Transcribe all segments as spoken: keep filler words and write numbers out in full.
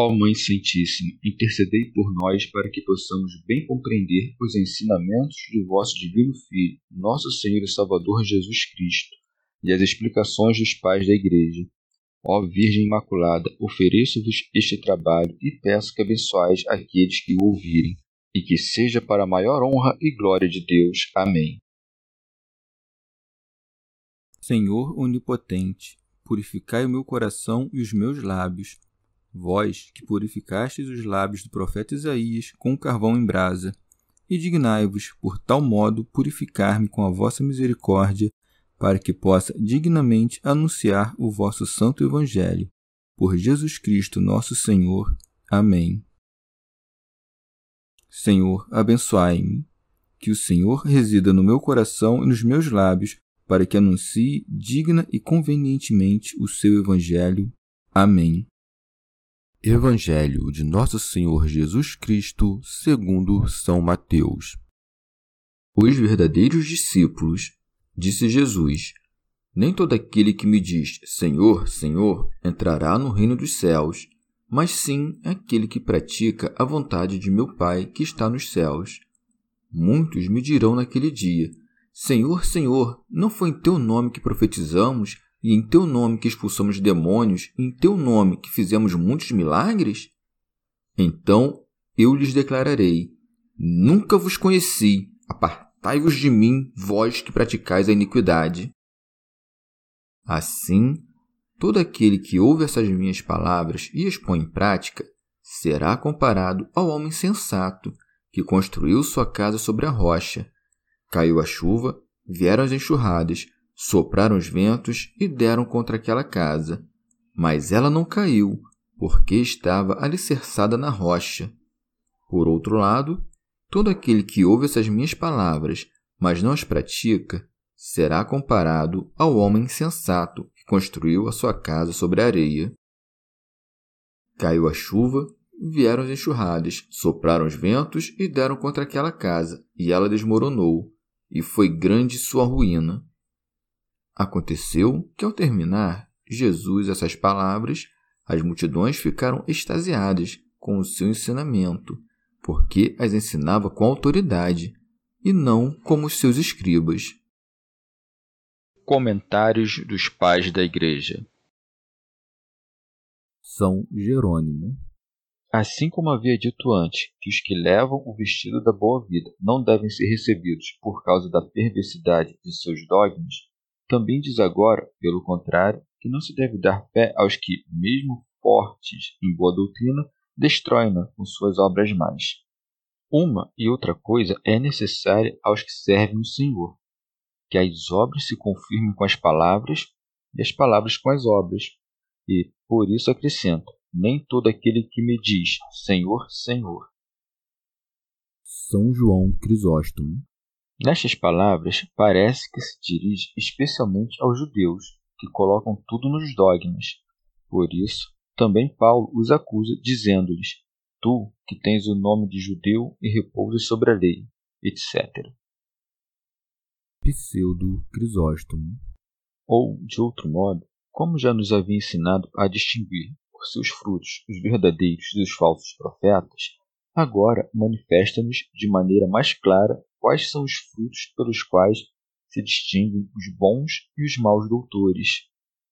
Ó Mãe Santíssima, intercedei por nós para que possamos bem compreender os ensinamentos de vosso Divino Filho, nosso Senhor e Salvador Jesus Cristo, e as explicações dos pais da Igreja. Ó Virgem Imaculada, ofereço-vos este trabalho e peço que abençoeis aqueles que o ouvirem, e que seja para a maior honra e glória de Deus. Amém. Senhor onipotente, purificai o meu coração e os meus lábios. Vós, que purificastes os lábios do profeta Isaías com o carvão em brasa, e dignai-vos, por tal modo, purificar-me com a vossa misericórdia, para que possa dignamente anunciar o vosso santo Evangelho. Por Jesus Cristo, nosso Senhor. Amém. Senhor, abençoai-me. Que o Senhor resida no meu coração e nos meus lábios, para que anuncie digna e convenientemente o seu Evangelho. Amém. Evangelho de Nosso Senhor Jesus Cristo, segundo São Mateus. Os verdadeiros discípulos, disse Jesus, nem todo aquele que me diz Senhor, Senhor, entrará no reino dos céus, mas sim aquele que pratica a vontade de meu Pai que está nos céus. Muitos me dirão naquele dia, Senhor, Senhor, não foi em teu nome que profetizamos, e em teu nome que expulsamos demônios, e em teu nome que fizemos muitos milagres? Então eu lhes declararei, nunca vos conheci, apartai-vos de mim, vós que praticais a iniquidade. Assim, todo aquele que ouve essas minhas palavras e as põe em prática, será comparado ao homem sensato, que construiu sua casa sobre a rocha. Caiu a chuva, vieram as enxurradas, sopraram os ventos e deram contra aquela casa. Mas ela não caiu, porque estava alicerçada na rocha. Por outro lado, todo aquele que ouve essas minhas palavras, mas não as pratica, será comparado ao homem insensato que construiu a sua casa sobre a areia. Caiu a chuva, vieram as enxurradas, sopraram os ventos e deram contra aquela casa, e ela desmoronou, e foi grande sua ruína. Aconteceu que, ao terminar Jesus essas palavras, as multidões ficaram extasiadas com o seu ensinamento, porque as ensinava com autoridade, e não como os seus escribas. Comentários dos Pais da Igreja. São Jerônimo. Assim como havia dito antes que os que levam o vestido da boa vida não devem ser recebidos por causa da perversidade de seus dogmas, também diz agora, pelo contrário, que não se deve dar fé aos que, mesmo fortes em boa doutrina, destroem-na com suas obras más. Uma e outra coisa é necessária aos que servem o Senhor, que as obras se confirmem com as palavras e as palavras com as obras. E, por isso, acrescenta, nem todo aquele que me diz Senhor, Senhor. São João Crisóstomo. Nestas palavras, parece que se dirige especialmente aos judeus, que colocam tudo nos dogmas. Por isso, também Paulo os acusa, dizendo-lhes, tu, que tens o nome de judeu e repousas sobre a lei, etcétera. Pseudo Crisóstomo. Ou, de outro modo, como já nos havia ensinado a distinguir por seus frutos os verdadeiros dos falsos profetas, agora manifesta-nos de maneira mais clara quais são os frutos pelos quais se distinguem os bons e os maus doutores.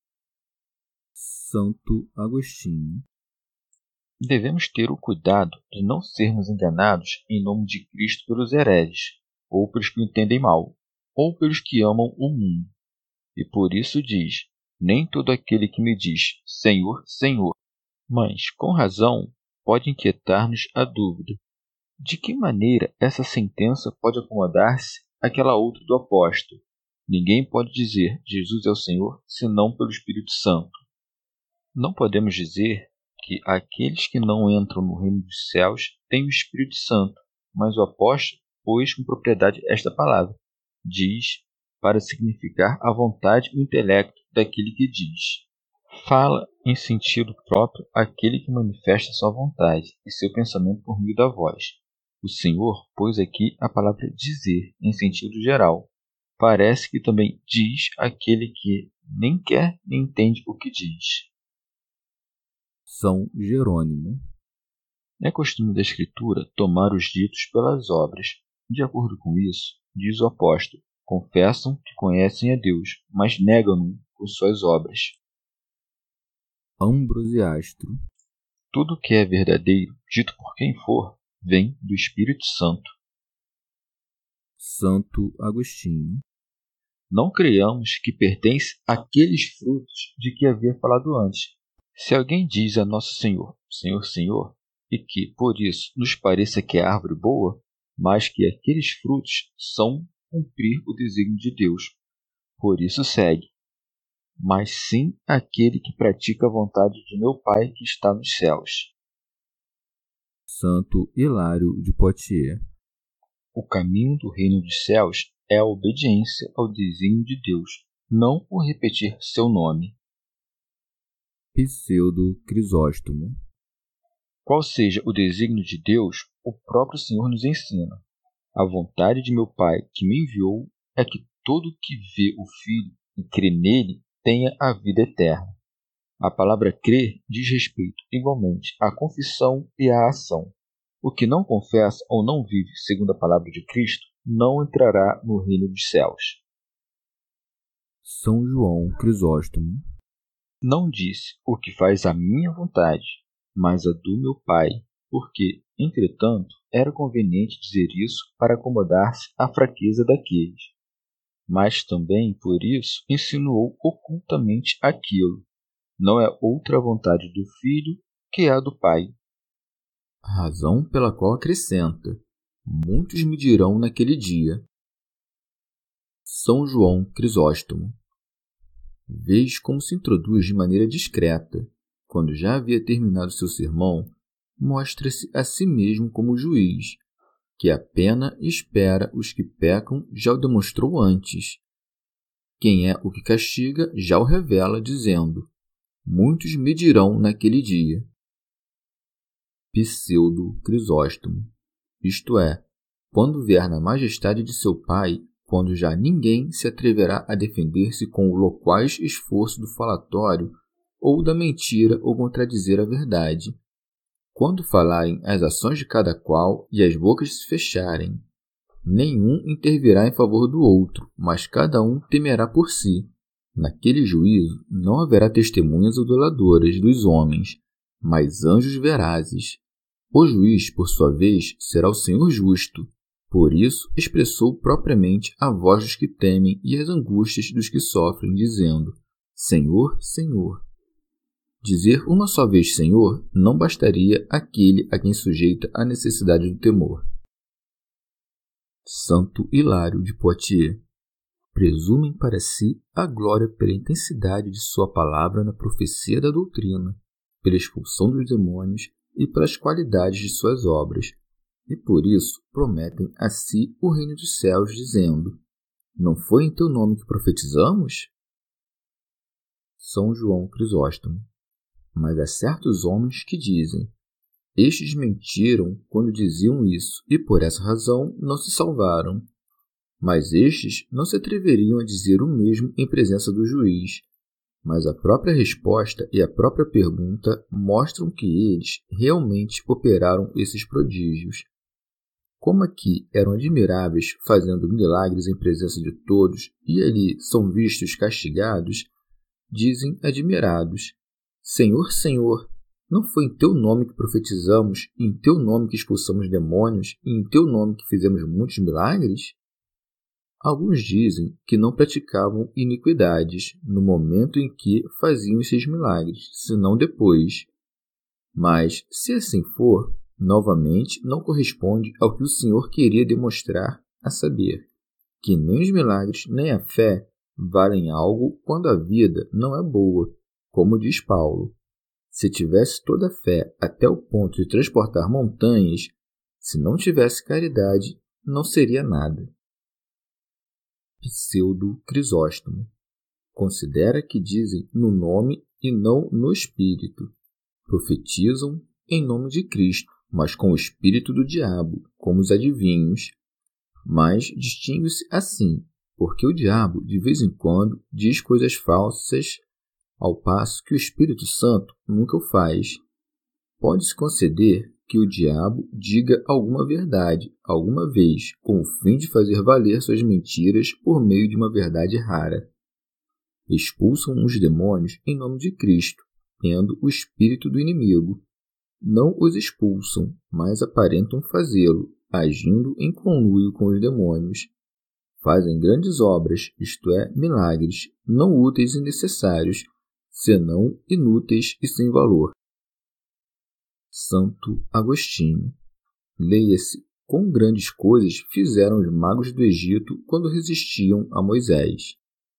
Santo Agostinho. Devemos ter o cuidado de não sermos enganados em nome de Cristo pelos hereges, ou pelos que o entendem mal, ou pelos que amam o mundo. E por isso diz, nem todo aquele que me diz Senhor, Senhor. Mas, com razão, pode inquietar-nos a dúvida. De que maneira essa sentença pode acomodar-se àquela outra do apóstolo? Ninguém pode dizer Jesus é o Senhor, senão pelo Espírito Santo. Não podemos dizer que aqueles que não entram no reino dos céus têm o Espírito Santo, mas o apóstolo pôs com propriedade esta palavra. Diz para significar a vontade e o intelecto daquele que diz. Fala em sentido próprio aquele que manifesta sua vontade e seu pensamento por meio da voz. O Senhor pôs aqui a palavra dizer em sentido geral. Parece que também diz aquele que nem quer nem entende o que diz. São Jerônimo. É costume da Escritura tomar os ditos pelas obras. De acordo com isso, diz o apóstolo, confessam que conhecem a Deus, mas negam-no com suas obras. Ambrosiastro. Tudo que é verdadeiro, dito por quem for, vem do Espírito Santo. Santo Agostinho. Não creiamos que pertence àqueles frutos de que havia falado antes. Se alguém diz a Nosso Senhor, Senhor, Senhor, e que, por isso, nos pareça que é árvore boa, mas que aqueles frutos são cumprir o desígnio de Deus. Por isso segue. Mas sim aquele que pratica a vontade de meu Pai que está nos céus. Santo Hilário de Poitiers. O caminho do reino dos céus é a obediência ao desígnio de Deus, não o repetir seu nome. Pseudo Crisóstomo. Qual seja o desígnio de Deus, o próprio Senhor nos ensina. A vontade de meu Pai que me enviou é que todo que vê o Filho e crê nele tenha a vida eterna. A palavra crer diz respeito igualmente à confissão e à ação. O que não confessa ou não vive segundo a palavra de Cristo não entrará no reino dos céus. São João Crisóstomo. Não disse o que faz a minha vontade, mas a do meu Pai, porque, entretanto, era conveniente dizer isso para acomodar-se à fraqueza daqueles. Mas também, por isso, insinuou ocultamente aquilo. Não é outra vontade do Filho que a do Pai. Razão pela qual acrescenta: muitos me dirão naquele dia. São João Crisóstomo. Veja como se introduz de maneira discreta. Quando já havia terminado seu sermão, mostra-se a si mesmo como juiz, que a pena espera os que pecam já o demonstrou antes. Quem é o que castiga já o revela, dizendo: muitos me dirão naquele dia. Pseudo Crisóstomo. Isto é, quando vier na majestade de seu Pai, quando já ninguém se atreverá a defender-se com o loquaz esforço do falatório ou da mentira ou contradizer a verdade. Quando falarem as ações de cada qual e as bocas se fecharem, nenhum intervirá em favor do outro, mas cada um temerá por si. Naquele juízo não haverá testemunhas aduladoras dos homens, mas anjos verazes. O juiz, por sua vez, será o Senhor justo. Por isso, expressou propriamente a voz dos que temem e as angústias dos que sofrem, dizendo: Senhor, Senhor. Dizer uma só vez Senhor não bastaria àquele a quem sujeita a necessidade do temor. Santo Hilário de Poitiers. Presumem para si a glória pela intensidade de sua palavra na profecia da doutrina, pela expulsão dos demônios e pelas qualidades de suas obras, e por isso prometem a si o reino dos céus, dizendo: não foi em teu nome que profetizamos? São João Crisóstomo. Mas há certos homens que dizem: estes mentiram quando diziam isso, e por essa razão não se salvaram. Mas estes não se atreveriam a dizer o mesmo em presença do juiz. Mas a própria resposta e a própria pergunta mostram que eles realmente operaram esses prodígios. Como aqui eram admiráveis fazendo milagres em presença de todos, e ali são vistos castigados, dizem admirados: Senhor, Senhor, não foi em teu nome que profetizamos, e em teu nome que expulsamos demônios, e em teu nome que fizemos muitos milagres? Alguns dizem que não praticavam iniquidades no momento em que faziam esses milagres, senão depois. Mas, se assim for, novamente não corresponde ao que o Senhor queria demonstrar, a saber, que nem os milagres nem a fé valem algo quando a vida não é boa, como diz Paulo. Se tivesse toda a fé até o ponto de transportar montanhas, se não tivesse caridade, não seria nada. Pseudo Crisóstomo. Considera que dizem no nome e não no espírito. Profetizam em nome de Cristo, mas com o espírito do diabo, como os adivinhos. Mas distingue-se assim, porque o diabo, de vez em quando, diz coisas falsas, ao passo que o Espírito Santo nunca o faz. Pode-se conceder que o diabo diga alguma verdade, alguma vez, com o fim de fazer valer suas mentiras por meio de uma verdade rara. Expulsam os demônios em nome de Cristo, tendo o espírito do inimigo. Não os expulsam, mas aparentam fazê-lo, agindo em conluio com os demônios. Fazem grandes obras, isto é, milagres, não úteis e necessários, senão inúteis e sem valor. Santo Agostinho. Leia-se: quão grandes coisas fizeram os magos do Egito quando resistiam a Moisés.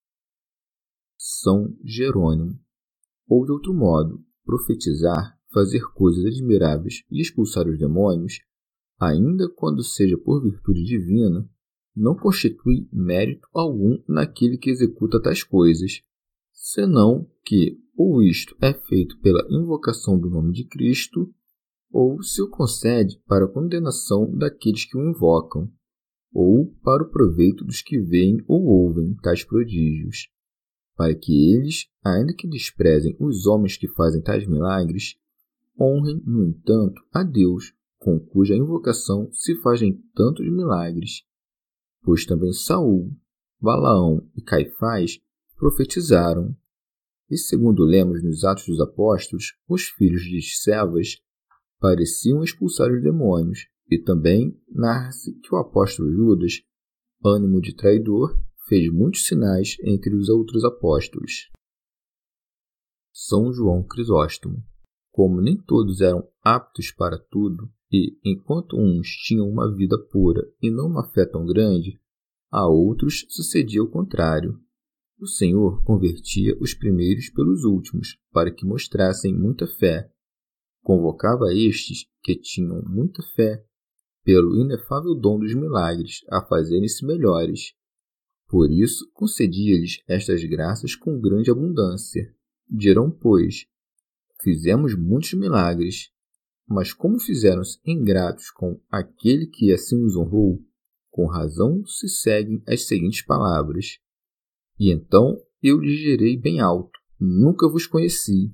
São Jerônimo. Ou de outro modo, profetizar, fazer coisas admiráveis e expulsar os demônios, ainda quando seja por virtude divina, não constitui mérito algum naquele que executa tais coisas, senão que ou isto é feito pela invocação do nome de Cristo, ou se o concede para a condenação daqueles que o invocam, ou para o proveito dos que veem ou ouvem tais prodígios, para que eles, ainda que desprezem os homens que fazem tais milagres, honrem, no entanto, a Deus, com cuja invocação se fazem tantos milagres. Pois também Saul, Balaão e Caifás profetizaram, e segundo lemos nos Atos dos Apóstolos, os filhos de Sevas pareciam expulsar os demônios, e também narra-se que o apóstolo Judas, ânimo de traidor, fez muitos sinais entre os outros apóstolos. São João Crisóstomo. Como nem todos eram aptos para tudo, e, enquanto uns tinham uma vida pura e não uma fé tão grande, a outros sucedia o contrário. O Senhor convertia os primeiros pelos últimos, para que mostrassem muita fé. Convocava estes, que tinham muita fé, pelo inefável dom dos milagres, a fazerem-se melhores. Por isso, concedia-lhes estas graças com grande abundância. Dirão, pois, fizemos muitos milagres, mas como fizeram-se ingratos com aquele que assim os honrou, com razão se seguem as seguintes palavras: e então eu lhes direi bem alto: nunca vos conheci.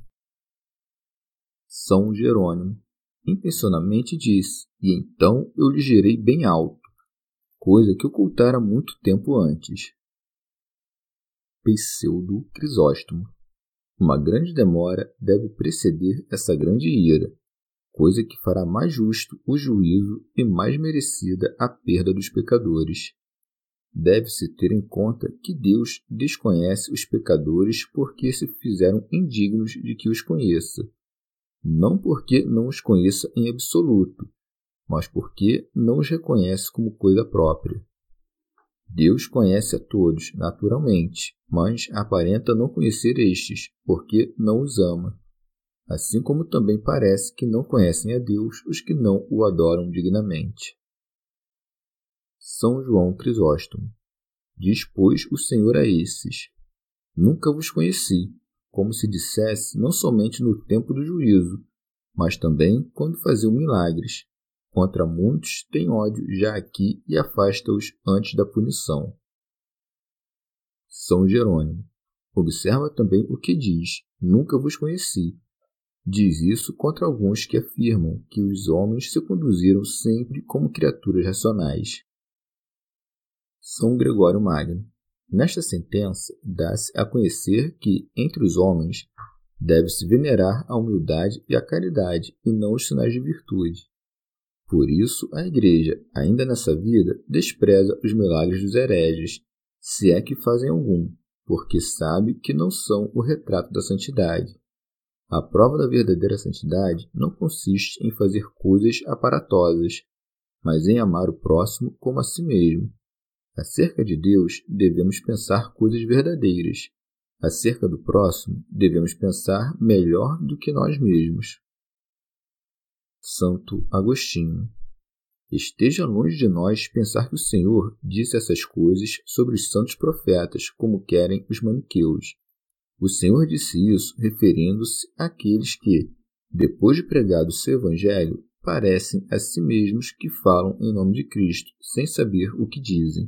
São Jerônimo. Intencionalmente disse: e então eu lhes direi bem alto, coisa que ocultara muito tempo antes. Pseudo Crisóstomo. Uma grande demora deve preceder essa grande ira, coisa que fará mais justo o juízo e mais merecida a perda dos pecadores. Deve-se ter em conta que Deus desconhece os pecadores porque se fizeram indignos de que os conheça, não porque não os conheça em absoluto, mas porque não os reconhece como coisa própria. Deus conhece a todos, naturalmente, mas aparenta não conhecer estes, porque não os ama. Assim como também parece que não conhecem a Deus os que não o adoram dignamente. São João Crisóstomo. Diz, pois, o Senhor a esses: nunca vos conheci, como se dissesse não somente no tempo do juízo, mas também quando faziam milagres. Contra muitos tem ódio já aqui e afasta-os antes da punição. São Jerônimo. Observa também o que diz: nunca vos conheci. Diz isso contra alguns que afirmam que os homens se conduziram sempre como criaturas racionais. São Gregório Magno. Nesta sentença, dá-se a conhecer que, entre os homens, deve-se venerar a humildade e a caridade, e não os sinais de virtude. Por isso, a Igreja, ainda nessa vida, despreza os milagres dos hereges, se é que fazem algum, porque sabe que não são o retrato da santidade. A prova da verdadeira santidade não consiste em fazer coisas aparatosas, mas em amar o próximo como a si mesmo. Acerca de Deus, devemos pensar coisas verdadeiras. Acerca do próximo, devemos pensar melhor do que nós mesmos. Santo Agostinho. Esteja longe de nós pensar que o Senhor disse essas coisas sobre os santos profetas, como querem os maniqueus. O Senhor disse isso referindo-se àqueles que, depois de pregado o seu evangelho, parecem a si mesmos que falam em nome de Cristo, sem saber o que dizem.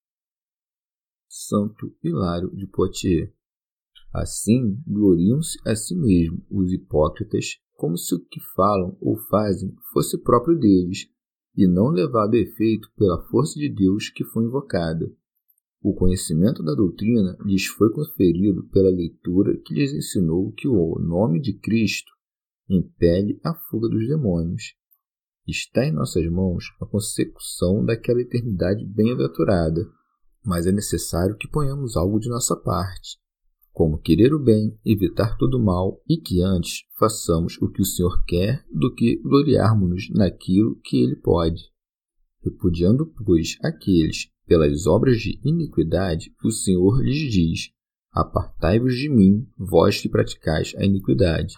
Santo Hilário de Poitiers. Assim, gloriam-se a si mesmos os hipócritas, como se o que falam ou fazem fosse próprio deles, e não levado a efeito pela força de Deus que foi invocada. O conhecimento da doutrina lhes foi conferido pela leitura que lhes ensinou que o nome de Cristo impele a fuga dos demônios. Está em nossas mãos a consecução daquela eternidade bem-aventurada, mas é necessário que ponhamos algo de nossa parte, como querer o bem, evitar todo o mal, e que antes façamos o que o Senhor quer do que gloriarmos-nos naquilo que Ele pode. Repudiando, pois, aqueles pelas obras de iniquidade, o Senhor lhes diz: apartai-vos de mim, vós que praticais a iniquidade.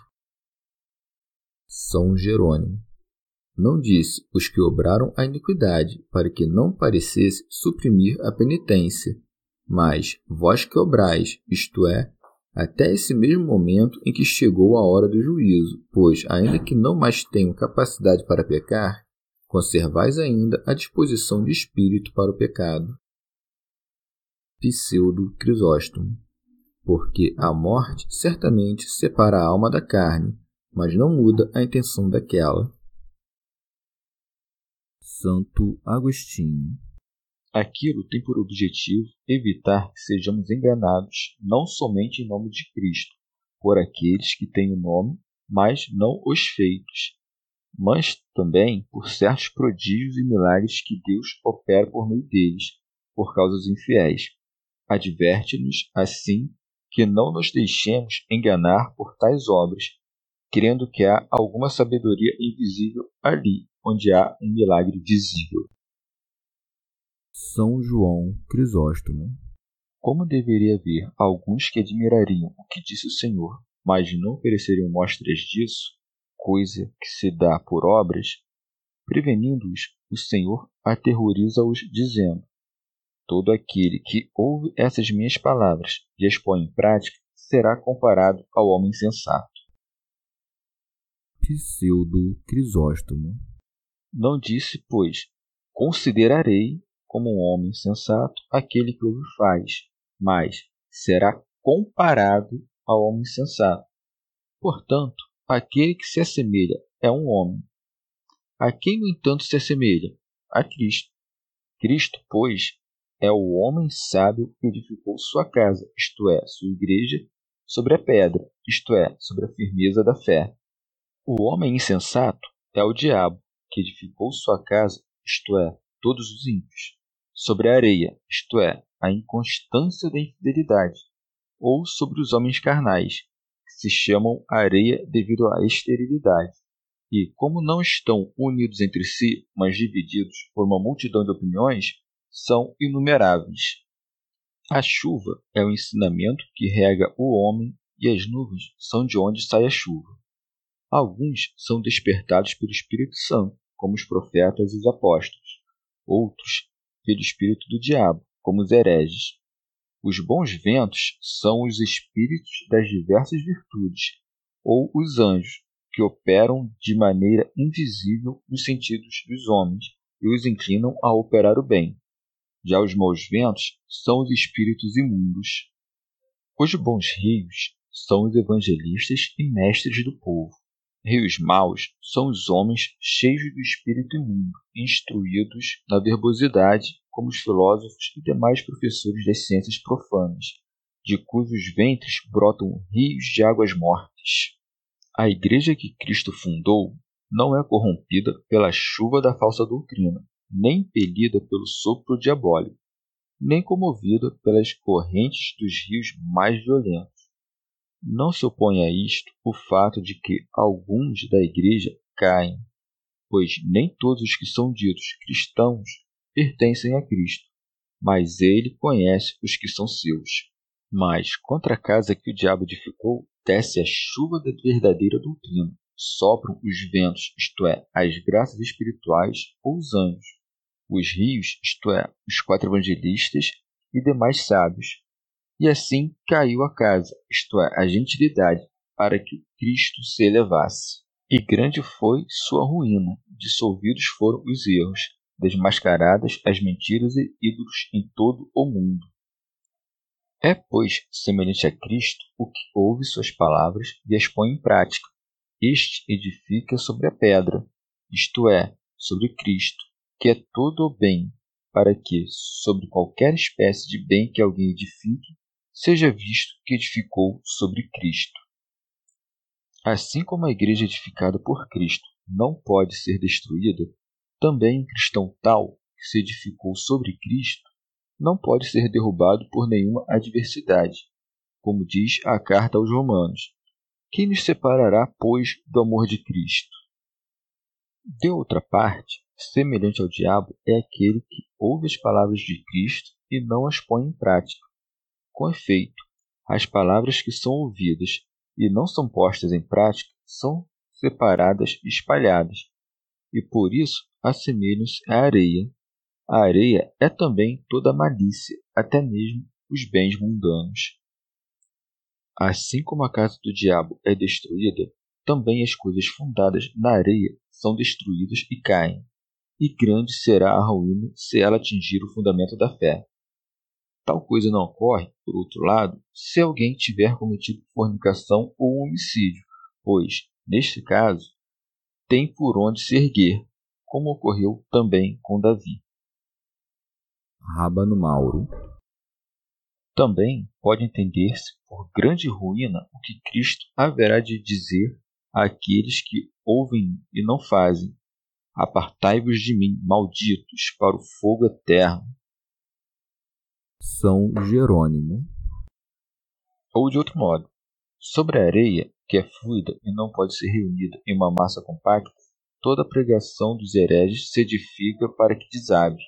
São Jerônimo. Não disse os que obraram a iniquidade, para que não parecesse suprimir a penitência, mas vós que obrais, isto é, até esse mesmo momento em que chegou a hora do juízo, pois, ainda que não mais tenham capacidade para pecar, conservais ainda a disposição de espírito para o pecado. Pseudo Crisóstomo. Porque a morte certamente separa a alma da carne, mas não muda a intenção daquela. Santo Agostinho. Aquilo tem por objetivo evitar que sejamos enganados não somente em nome de Cristo, por aqueles que têm o nome, mas não os feitos, mas também por certos prodígios e milagres que Deus opera por meio deles, por causa dos infiéis. Adverte-nos, assim, que não nos deixemos enganar por tais obras, crendo que há alguma sabedoria invisível ali, onde há um milagre visível. São João Crisóstomo. Como deveria haver alguns que admirariam o que disse o Senhor, mas não ofereceriam mostras disso, coisa que se dá por obras, prevenindo-os, o Senhor aterroriza-os, dizendo: todo aquele que ouve essas minhas palavras e as põe em prática será comparado ao homem sensato. Pseudo Crisóstomo. Não disse, pois, considerarei como um homem sensato aquele que ouve faz, mas será comparado ao homem sensato. Portanto, aquele que se assemelha é um homem. A quem, no entanto, se assemelha? A Cristo. Cristo, pois, é o homem sábio que edificou sua casa, isto é, sua igreja, sobre a pedra, isto é, sobre a firmeza da fé. O homem insensato é o diabo, que edificou sua casa, isto é, todos os ímpios, sobre a areia, isto é, a inconstância da infidelidade, ou sobre os homens carnais, que se chamam areia devido à esterilidade. E, como não estão unidos entre si, mas divididos por uma multidão de opiniões, são inumeráveis. A chuva é o ensinamento que rega o homem, e as nuvens são de onde sai a chuva. Alguns são despertados pelo Espírito Santo, como os profetas e os apóstolos. Outros, pelo espírito do diabo, como os hereges. Os bons ventos são os espíritos das diversas virtudes, ou os anjos, que operam de maneira invisível nos sentidos dos homens e os inclinam a operar o bem. Já os maus ventos são os espíritos imundos. Os bons rios são os evangelistas e mestres do povo. Rios maus são os homens cheios do espírito imundo, instruídos na verbosidade, como os filósofos e demais professores das ciências profanas, de cujos ventres brotam rios de águas mortas. A igreja que Cristo fundou não é corrompida pela chuva da falsa doutrina, nem impelida pelo sopro diabólico, nem comovida pelas correntes dos rios mais violentos. Não se opõe a isto o fato de que alguns da igreja caem, pois nem todos os que são ditos cristãos pertencem a Cristo, mas ele conhece os que são seus. Mas contra a casa que o diabo edificou, desce a chuva da verdadeira doutrina, sopram os ventos, isto é, as graças espirituais ou os anjos, os rios, isto é, os quatro evangelistas e demais sábios. E assim caiu a casa, isto é, a gentilidade, para que Cristo se elevasse. E grande foi sua ruína, dissolvidos foram os erros, desmascaradas as mentiras e ídolos em todo o mundo. É, pois, semelhante a Cristo o que ouve suas palavras e as põe em prática, este edifica sobre a pedra, isto é, sobre Cristo, que é todo o bem, para que, sobre qualquer espécie de bem que alguém edifique, seja visto que edificou sobre Cristo. Assim como a igreja edificada por Cristo não pode ser destruída, também um cristão tal que se edificou sobre Cristo não pode ser derrubado por nenhuma adversidade, como diz a carta aos Romanos. Quem nos separará, pois, do amor de Cristo? De outra parte, semelhante ao diabo é aquele que ouve as palavras de Cristo e não as põe em prática. Com efeito, as palavras que são ouvidas e não são postas em prática são separadas e espalhadas, e por isso assemelham-se à areia. A areia é também toda a malícia, até mesmo os bens mundanos. Assim como a casa do diabo é destruída, também as coisas fundadas na areia são destruídas e caem, e grande será a ruína se ela atingir o fundamento da fé. Tal coisa não ocorre, por outro lado, se alguém tiver cometido fornicação ou homicídio, pois, neste caso, tem por onde se erguer, como ocorreu também com Davi. Rábano Mauro. Também pode entender-se por grande ruína o que Cristo haverá de dizer àqueles que ouvem e não fazem: apartai-vos de mim, malditos, para o fogo eterno. São Jerônimo. Ou de outro modo, sobre a areia, que é fluida e não pode ser reunida em uma massa compacta, toda a pregação dos hereges se edifica para que desabe.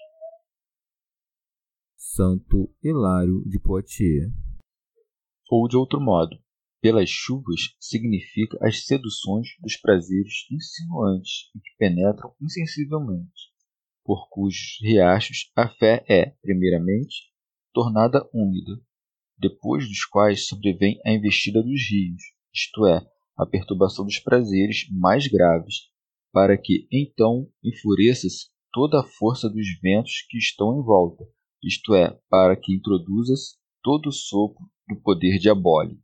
Santo Hilário de Poitiers. Ou de outro modo, pelas chuvas significa as seduções dos prazeres insinuantes e que penetram insensivelmente, por cujos riachos a fé é, primeiramente, tornada úmida, depois dos quais sobrevém a investida dos rios, isto é, a perturbação dos prazeres mais graves, para que então enfureça-se toda a força dos ventos que estão em volta, isto é, para que introduza-se todo o sopro do poder diabólico.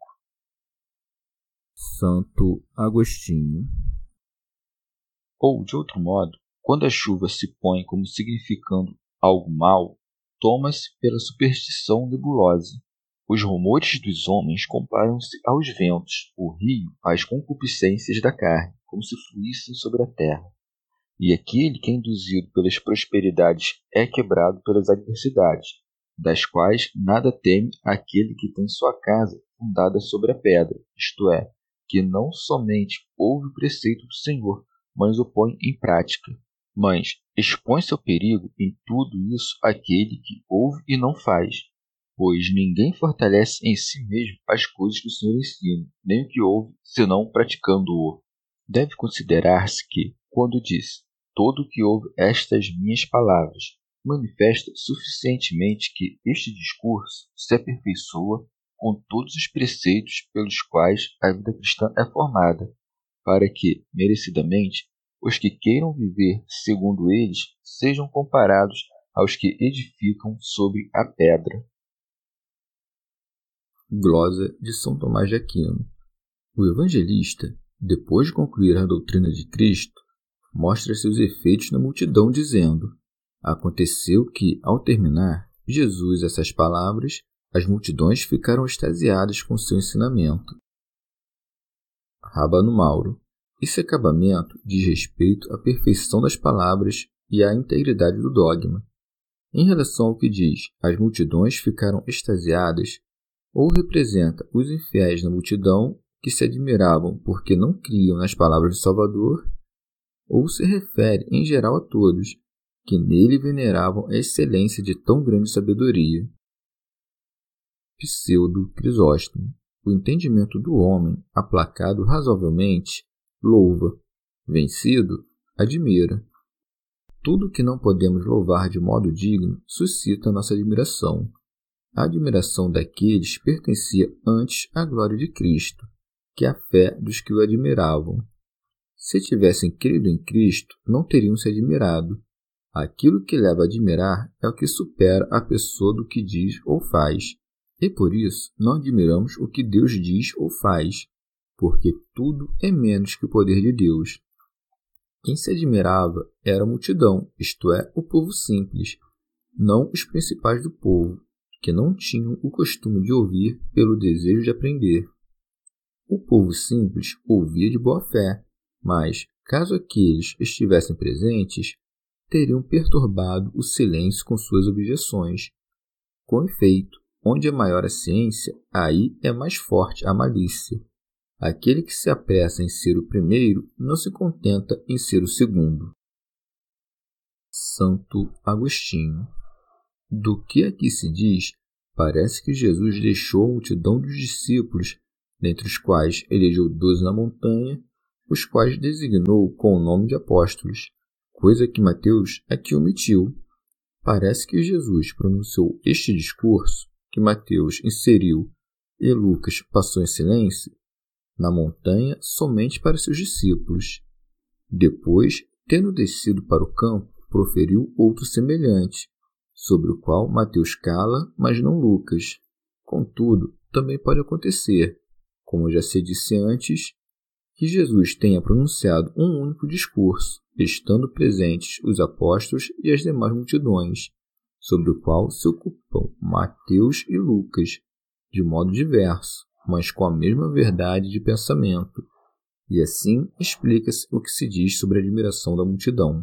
Santo Agostinho. Ou, de outro modo, quando a chuva se põe como significando algo mau, toma-se pela superstição nebulosa. Os rumores dos homens comparam-se aos ventos, o rio às concupiscências da carne, como se fluíssem sobre a terra. E aquele que é induzido pelas prosperidades é quebrado pelas adversidades, das quais nada teme aquele que tem sua casa fundada sobre a pedra, isto é, que não somente ouve o preceito do Senhor, mas o põe em prática. Mas expõe-se ao perigo em tudo isso aquele que ouve e não faz, pois ninguém fortalece em si mesmo as coisas que o Senhor ensina, nem o que ouve, senão praticando-o. Deve considerar-se que, quando diz todo o que ouve estas minhas palavras, manifesta suficientemente que este discurso se aperfeiçoa com todos os preceitos pelos quais a vida cristã é formada, para que, merecidamente, os que queiram viver segundo eles sejam comparados aos que edificam sobre a pedra. Glosa de São Tomás de Aquino. O evangelista, depois de concluir a doutrina de Cristo, mostra seus efeitos na multidão, dizendo: aconteceu que, ao terminar Jesus essas palavras, as multidões ficaram extasiadas com seu ensinamento. Rábano Mauro. Esse acabamento diz respeito à perfeição das palavras e à integridade do dogma. Em relação ao que diz, as multidões ficaram extasiadas, ou representa os infiéis na multidão que se admiravam porque não criam nas palavras do Salvador, ou se refere em geral a todos, que nele veneravam a excelência de tão grande sabedoria. Pseudo Crisóstomo. O entendimento do homem, aplacado razoavelmente, louva; vencido, admira. Tudo que não podemos louvar de modo digno suscita nossa admiração. A admiração daqueles pertencia antes à glória de Cristo, que à fé dos que o admiravam. Se tivessem crido em Cristo, não teriam se admirado. Aquilo que leva a admirar é o que supera a pessoa do que diz ou faz, e por isso não admiramos o que Deus diz ou faz. porque tudo é menos que o poder de Deus. Quem se admirava era a multidão, isto é, o povo simples, não os principais do povo, que não tinham o costume de ouvir pelo desejo de aprender. O povo simples ouvia de boa fé, mas, caso aqueles estivessem presentes, teriam perturbado o silêncio com suas objeções. Com efeito, onde é maior a ciência, aí é mais forte a malícia. Aquele que se apressa em ser o primeiro não se contenta em ser o segundo. Santo Agostinho. Do que aqui se diz, parece que Jesus deixou a multidão dos discípulos, dentre os quais elegeu doze na montanha, os quais designou com o nome de apóstolos, coisa que Mateus aqui omitiu. Parece que Jesus pronunciou este discurso, que Mateus inseriu e Lucas passou em silêncio, na montanha somente para seus discípulos. Depois, tendo descido para o campo, proferiu outro semelhante, sobre o qual Mateus cala, mas não Lucas. Contudo, também pode acontecer, como já se disse antes, que Jesus tenha pronunciado um único discurso, estando presentes os apóstolos e as demais multidões, sobre o qual se ocupam Mateus e Lucas, de modo diverso, mas com a mesma verdade de pensamento, e assim explica-se o que se diz sobre a admiração da multidão.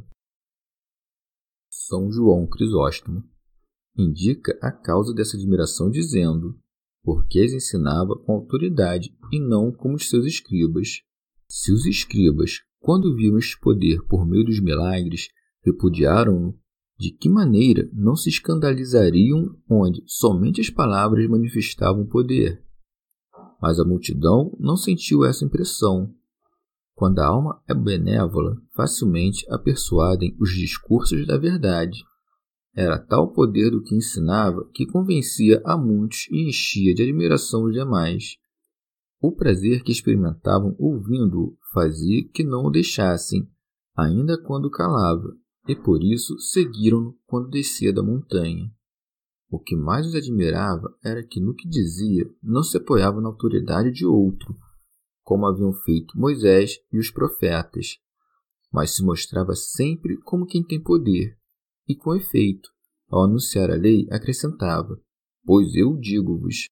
São João Crisóstomo indica a causa dessa admiração dizendo, porque as ensinava com autoridade e não como os seus escribas. Se os escribas, quando viram este poder por meio dos milagres, repudiaram-no, de que maneira não se escandalizariam onde somente as palavras manifestavam poder? Mas a multidão não sentiu essa impressão. Quando a alma é benévola, facilmente a persuadem os discursos da verdade. Era tal o poder do que ensinava que convencia a muitos e enchia de admiração os demais. O prazer que experimentavam ouvindo-o fazia que não o deixassem, ainda quando calava, e por isso seguiram-no quando descia da montanha. O que mais os admirava era que no que dizia não se apoiava na autoridade de outro, como haviam feito Moisés e os profetas, mas se mostrava sempre como quem tem poder, e com efeito, ao anunciar a lei, acrescentava, pois eu digo-vos.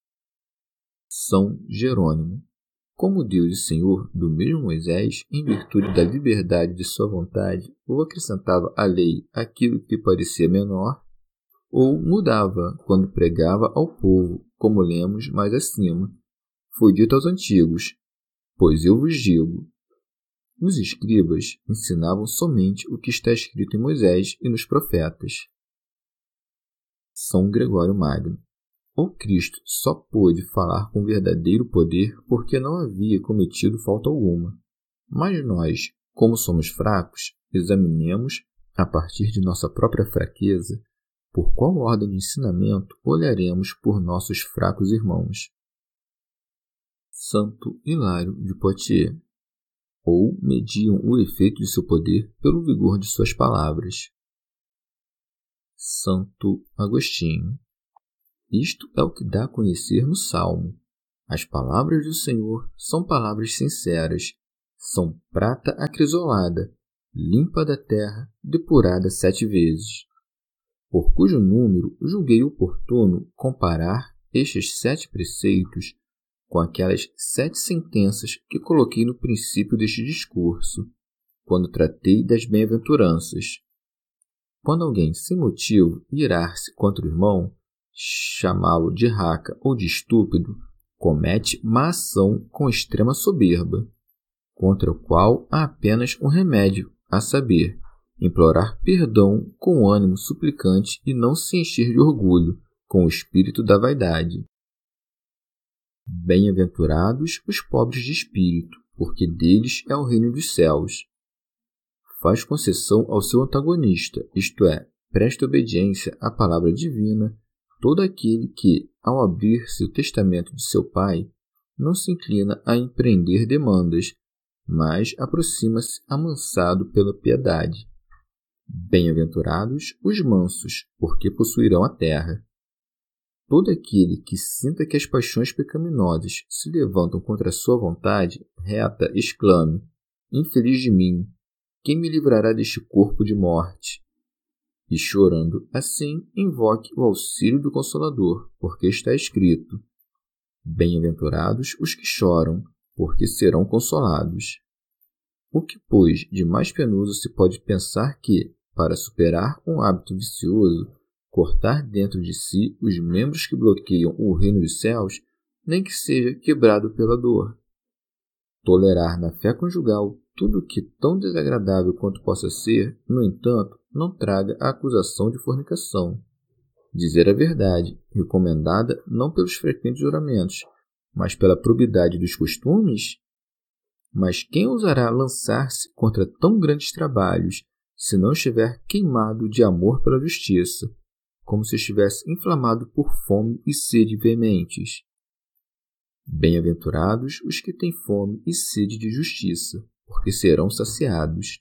São Jerônimo. Como Deus e Senhor do mesmo Moisés, em virtude da liberdade de sua vontade, ou acrescentava à lei aquilo que parecia menor, ou mudava quando pregava ao povo, como lemos mais acima. Foi dito aos antigos, pois eu vos digo. Os escribas ensinavam somente o que está escrito em Moisés e nos profetas. São Gregório Magno. O Cristo só pôde falar com verdadeiro poder porque não havia cometido falta alguma. Mas nós, como somos fracos, examinemos, a partir de nossa própria fraqueza, por qual ordem de ensinamento olharemos por nossos fracos irmãos. Santo Hilário de Poitiers. Ou mediam o efeito de seu poder pelo vigor de suas palavras. Santo Agostinho. Isto é o que dá a conhecer no Salmo. As palavras do Senhor são palavras sinceras, são prata acrisolada, limpa da terra, depurada sete vezes. Por cujo número julguei oportuno comparar estes sete preceitos com aquelas sete sentenças que coloquei no princípio deste discurso, quando tratei das bem-aventuranças. Quando alguém, sem motivo, irar-se contra o irmão, chamá-lo de raca ou de estúpido, comete má ação com extrema soberba, contra o qual há apenas um remédio, a saber, implorar perdão com ânimo suplicante e não se encher de orgulho, com o espírito da vaidade. Bem-aventurados os pobres de espírito, porque deles é o reino dos céus. Faz concessão ao seu antagonista, isto é, presta obediência à palavra divina, todo aquele que, ao abrir-se o testamento de seu pai, não se inclina a empreender demandas, mas aproxima-se amansado pela piedade. Bem-aventurados os mansos, porque possuirão a terra. todo aquele que sinta que as paixões pecaminosas se levantam contra a sua vontade reta, exclame: infeliz de mim, quem me livrará deste corpo de morte? E chorando assim, invoque o auxílio do Consolador, porque está escrito: bem-aventurados os que choram, porque serão consolados. O que, pois, de mais penoso se pode pensar que, para superar um hábito vicioso, cortar dentro de si os membros que bloqueiam o reino dos céus, nem que seja quebrado pela dor? Tolerar na fé conjugal tudo que, tão desagradável quanto possa ser, no entanto, não traga a acusação de fornicação. Dizer a verdade, recomendada não pelos frequentes juramentos, mas pela probidade dos costumes? Mas quem ousará lançar-se contra tão grandes trabalhos, se não estiver queimado de amor pela justiça, como se estivesse inflamado por fome e sede veementes? Bem-aventurados os que têm fome e sede de justiça, porque serão saciados.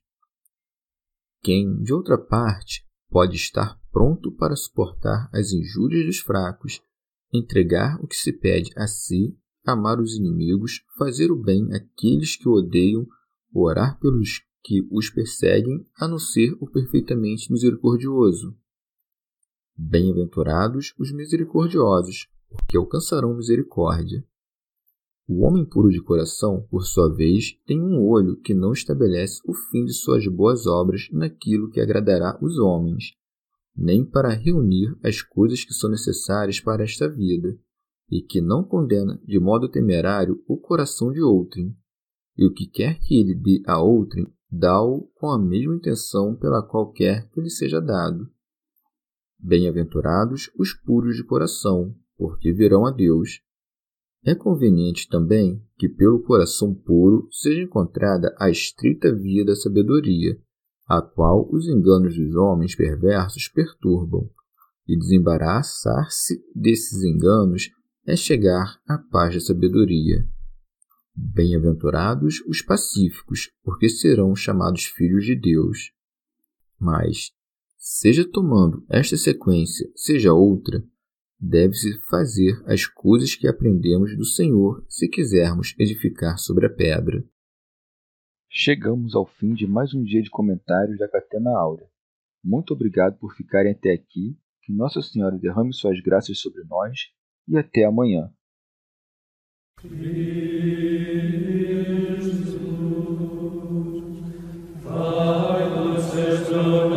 Quem, de outra parte, pode estar pronto para suportar as injúrias dos fracos, entregar o que se pede a si, amar os inimigos, fazer o bem àqueles que o odeiam, orar pelos que os perseguem, a não ser o perfeitamente misericordioso? Bem-aventurados os misericordiosos, porque alcançarão misericórdia. O homem puro de coração, por sua vez, tem um olho que não estabelece o fim de suas boas obras naquilo que agradará os homens, nem para reunir as coisas que são necessárias para esta vida, e que não condena de modo temerário o coração de outrem, e o que quer que ele dê a outrem, dá-o com a mesma intenção pela qual quer que lhe seja dado. Bem-aventurados os puros de coração, porque verão a Deus. É conveniente também que pelo coração puro seja encontrada a estreita via da sabedoria, a qual os enganos dos homens perversos perturbam, e desembaraçar-se desses enganos é chegar à paz da sabedoria. Bem-aventurados os pacíficos, porque serão chamados filhos de Deus. Mas, seja tomando esta sequência, seja outra, deve-se fazer as coisas que aprendemos do Senhor se quisermos edificar sobre a pedra. Chegamos ao fim de mais um dia de comentários da Catena Áurea. Muito obrigado por ficarem até aqui, que Nossa Senhora derrame suas graças sobre nós e até amanhã. Jesus,